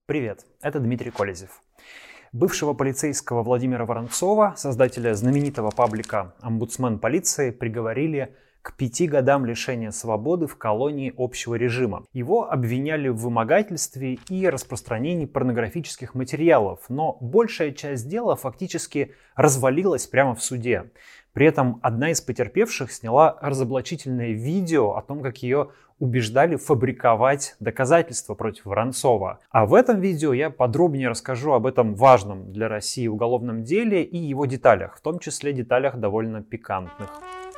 Привет, это Дмитрий Колезев. Бывшего полицейского Владимира Воронцова, создателя знаменитого паблика «Омбудсмен полиции», приговорили к 5 годам лишения свободы в колонии общего режима. Его обвиняли в вымогательстве и распространении порнографических материалов, но большая часть дела фактически развалилась прямо в суде. При этом одна из потерпевших сняла разоблачительное видео о том, как ее убеждали фабриковать доказательства против Воронцова. А в этом видео я подробнее расскажу об этом важном для России уголовном деле и его деталях, в том числе деталях довольно пикантных.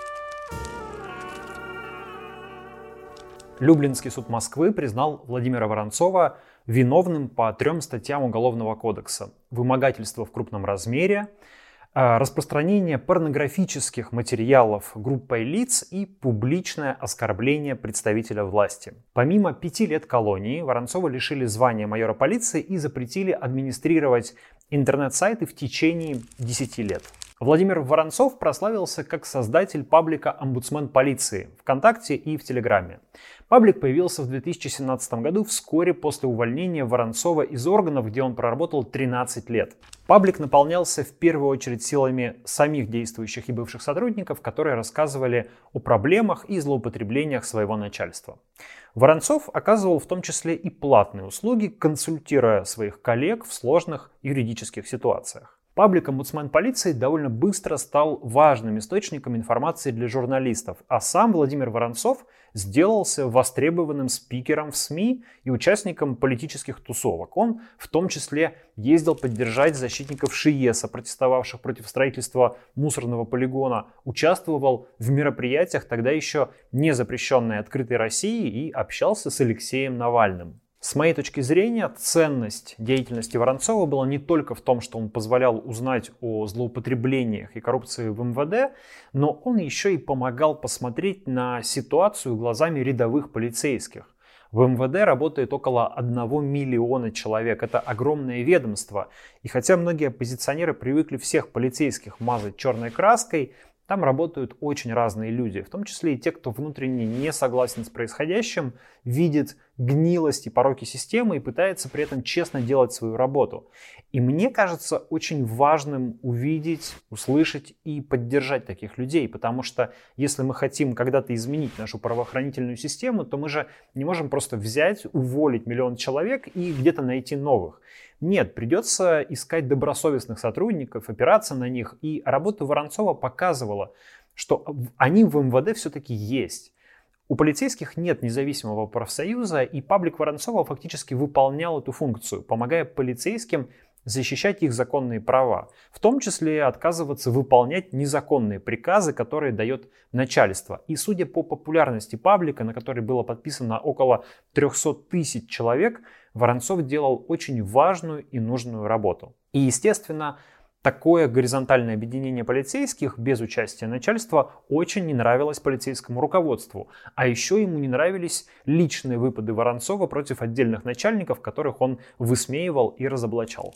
Люблинский суд Москвы признал Владимира Воронцова виновным по 3 статьям Уголовного кодекса: вымогательство в крупном размере, распространение порнографических материалов группой лиц и публичное оскорбление представителя власти. Помимо 5 лет колонии, Воронцова лишили звания майора полиции и запретили администрировать интернет-сайты в течение 10 лет. Владимир Воронцов прославился как создатель паблика «Омбудсмен полиции» ВКонтакте и в Телеграме. Паблик появился в 2017 году, вскоре после увольнения Воронцова из органов, где он проработал 13 лет. Паблик наполнялся в первую очередь силами самих действующих и бывших сотрудников, которые рассказывали о проблемах и злоупотреблениях своего начальства. Воронцов оказывал в том числе и платные услуги, консультируя своих коллег в сложных юридических ситуациях. Паблик «Омбудсмен полиции» довольно быстро стал важным источником информации для журналистов, а сам Владимир Воронцов сделался востребованным спикером в СМИ и участником политических тусовок. Он в том числе ездил поддержать защитников ШИЕСа, протестовавших против строительства мусорного полигона, участвовал в мероприятиях тогда еще не запрещенной открытой России и общался с Алексеем Навальным. С моей точки зрения, ценность деятельности Воронцова была не только в том, что он позволял узнать о злоупотреблениях и коррупции в МВД, но он еще и помогал посмотреть на ситуацию глазами рядовых полицейских. В МВД работает около 1 миллиона человек. Это огромное ведомство. И хотя многие оппозиционеры привыкли всех полицейских мазать черной краской, там работают очень разные люди, в том числе и те, кто внутренне не согласен с происходящим, видит гнилость и пороки системы и пытается при этом честно делать свою работу. И мне кажется очень важным увидеть, услышать и поддержать таких людей, потому что если мы хотим когда-то изменить нашу правоохранительную систему, то мы же не можем просто взять, уволить 1 миллион человек и где-то найти новых. Нет, придется искать добросовестных сотрудников, опираться на них. И работа Воронцова показывала, что они в МВД все-таки есть. У полицейских нет независимого профсоюза, и паблик Воронцова фактически выполнял эту функцию, помогая полицейским защищать их законные права, в том числе отказываться выполнять незаконные приказы, которые дает начальство. И судя по популярности паблика, на который было подписано около 300 тысяч человек, Воронцов делал очень важную и нужную работу. И, естественно, такое горизонтальное объединение полицейских без участия начальства очень не нравилось полицейскому руководству. А еще ему не нравились личные выпады Воронцова против отдельных начальников, которых он высмеивал и разоблачал.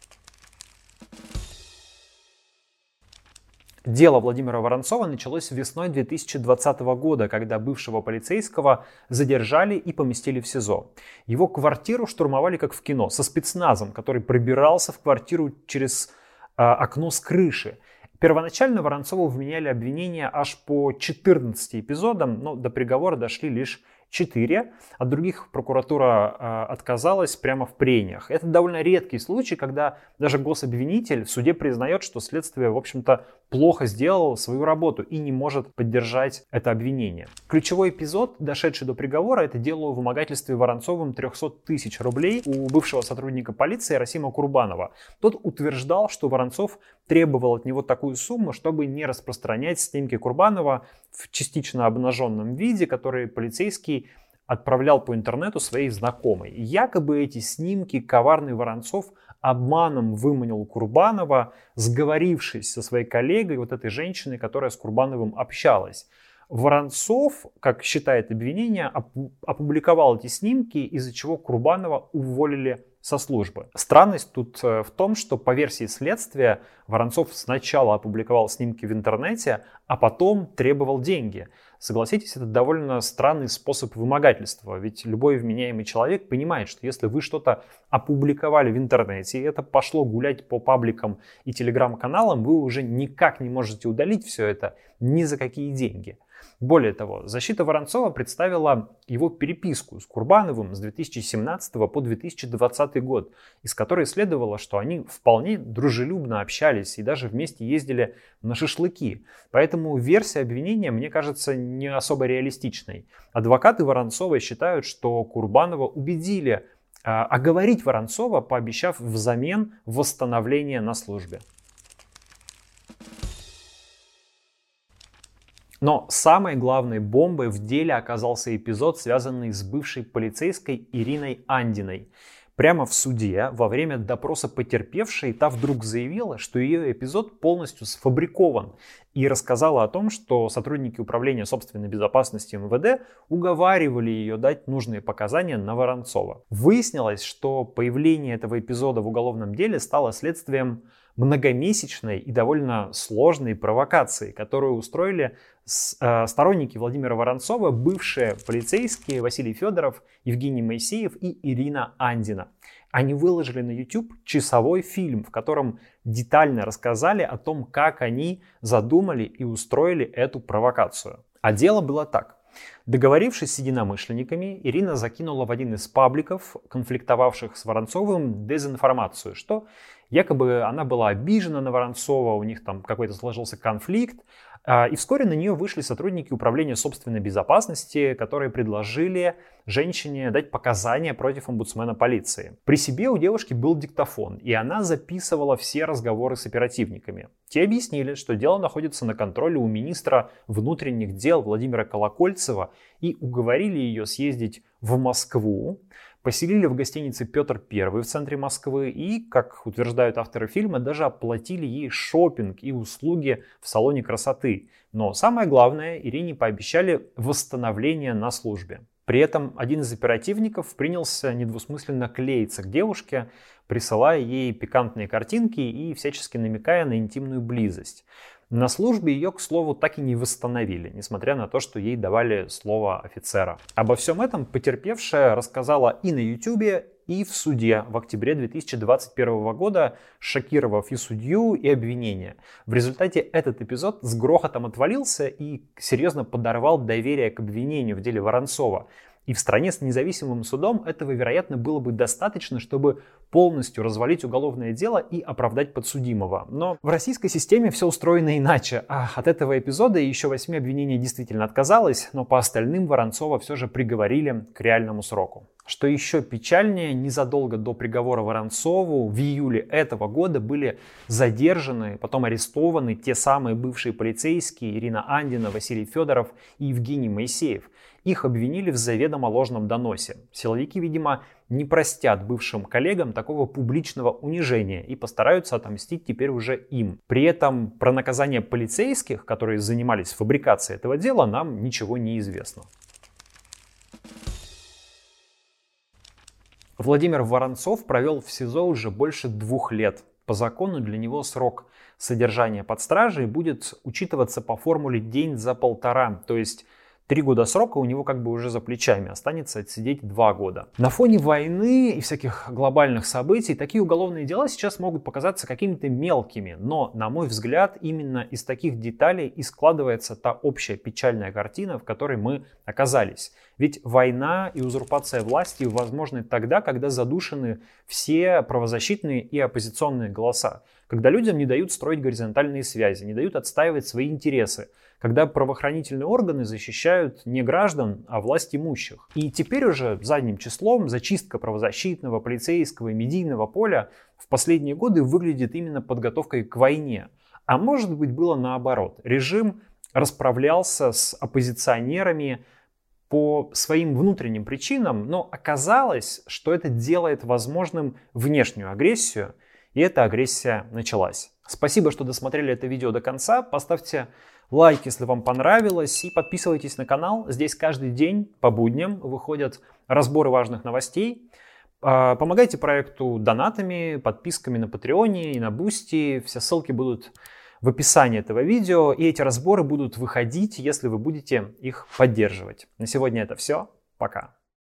Дело Владимира Воронцова началось весной 2020 года, когда бывшего полицейского задержали и поместили в СИЗО. Его квартиру штурмовали как в кино, со спецназом, который пробирался в квартиру через окно с крыши. Первоначально Воронцову вменяли обвинения аж по 14 эпизодам, но до приговора дошли лишь 4, от других прокуратура отказалась прямо в прениях. Это довольно редкий случай, когда даже гособвинитель в суде признает, что следствие, в общем-то, плохо сделало свою работу и не может поддержать это обвинение. Ключевой эпизод, дошедший до приговора, это дело о вымогательстве Воронцовым 300 тысяч рублей у бывшего сотрудника полиции Расима Курбанова. Тот утверждал, что Воронцов требовал от него такую сумму, чтобы не распространять снимки Курбанова в частично обнаженном виде, которые полицейский отправлял по интернету своей знакомой. Якобы эти снимки коварный Воронцов обманом выманил Курбанова, сговорившись со своей коллегой, вот этой женщиной, которая с Курбановым общалась. Воронцов, как считает обвинение, опубликовал эти снимки, из-за чего Курбанова уволили со службы. Странность тут в том, что по версии следствия Воронцов сначала опубликовал снимки в интернете, а потом требовал деньги. Согласитесь, это довольно странный способ вымогательства, ведь любой вменяемый человек понимает, что если вы что-то опубликовали в интернете, и это пошло гулять по пабликам и телеграм-каналам, вы уже никак не можете удалить все это ни за какие деньги. Более того, защита Воронцова представила его переписку с Курбановым с 2017 по 2020 год, из которой следовало, что они вполне дружелюбно общались и даже вместе ездили на шашлыки. Поэтому версия обвинения мне кажется не особо реалистичной. Адвокаты Воронцова считают, что Курбанова убедили оговорить Воронцова, пообещав взамен восстановление на службе. Но самой главной бомбой в деле оказался эпизод, связанный с бывшей полицейской Ириной Андиной. Прямо в суде, во время допроса потерпевшей, та вдруг заявила, что ее эпизод полностью сфабрикован, и рассказала о том, что сотрудники Управления собственной безопасности МВД уговаривали ее дать нужные показания на Воронцова. Выяснилось, что появление этого эпизода в уголовном деле стало следствием многомесячной и довольно сложной провокации, которую устроили сторонники Владимира Воронцова, бывшие полицейские Василий Федоров, Евгений Моисеев и Ирина Андина. Они выложили на YouTube часовой фильм, в котором детально рассказали о том, как они задумали и устроили эту провокацию. А дело было так. Договорившись с единомышленниками, Ирина закинула в один из пабликов, конфликтовавших с Воронцовым, дезинформацию, что якобы она была обижена на Воронцова, у них там какой-то сложился конфликт. И вскоре на нее вышли сотрудники Управления собственной безопасности, которые предложили женщине дать показания против омбудсмена полиции. При себе у девушки был диктофон, и она записывала все разговоры с оперативниками. Те объяснили, что дело находится на контроле у министра внутренних дел Владимира Колокольцева, и уговорили ее съездить в Москву, поселили в гостинице «Петр I» в центре Москвы и, как утверждают авторы фильма, даже оплатили ей шопинг и услуги в салоне красоты. Но самое главное, Ирине пообещали восстановление на службе. При этом один из оперативников принялся недвусмысленно клеиться к девушке, присылая ей пикантные картинки и всячески намекая на интимную близость. На службе ее, к слову, так и не восстановили, несмотря на то, что ей давали слово офицера. Обо всем этом потерпевшая рассказала и на YouTube, и в суде в октябре 2021 года, шокировав и судью, и обвинение. В результате этот эпизод с грохотом отвалился и серьезно подорвал доверие к обвинению в деле Воронцова. И в стране с независимым судом этого, вероятно, было бы достаточно, чтобы полностью развалить уголовное дело и оправдать подсудимого. Но в российской системе все устроено иначе. От этого эпизода еще 8 обвинений действительно отказалось, но по остальным Воронцова все же приговорили к реальному сроку. Что еще печальнее, незадолго до приговора Воронцову в июле этого года были задержаны, потом арестованы те самые бывшие полицейские Ирина Андина, Василий Федоров и Евгений Моисеев. Их обвинили в заведомо ложном доносе. Силовики, видимо, не простят бывшим коллегам такого публичного унижения и постараются отомстить теперь уже им. При этом про наказание полицейских, которые занимались фабрикацией этого дела, нам ничего не известно. Владимир Воронцов провел в СИЗО уже больше 2 лет. По закону для него срок содержания под стражей будет учитываться по формуле день за 1,5, то есть 3 года срока у него как бы уже за плечами, останется отсидеть 2 года. На фоне войны и всяких глобальных событий такие уголовные дела сейчас могут показаться какими-то мелкими, но, на мой взгляд, именно из таких деталей и складывается та общая печальная картина, в которой мы оказались. Ведь война и узурпация власти возможны тогда, когда задушены все правозащитные и оппозиционные голоса, когда людям не дают строить горизонтальные связи, не дают отстаивать свои интересы, когда правоохранительные органы защищают не граждан, а власть имущих. И теперь уже задним числом зачистка правозащитного, полицейского и медийного поля в последние годы выглядит именно подготовкой к войне. А может быть, было наоборот. Режим расправлялся с оппозиционерами по своим внутренним причинам, но оказалось, что это делает возможным внешнюю агрессию, и эта агрессия началась. Спасибо, что досмотрели это видео до конца. Поставьте лайк, если вам понравилось, и подписывайтесь на канал. Здесь каждый день по будням выходят разборы важных новостей. Помогайте проекту донатами, подписками на Патреоне и на Бусти. Все ссылки будут в описании этого видео, и эти разборы будут выходить, если вы будете их поддерживать. На сегодня это все. Пока.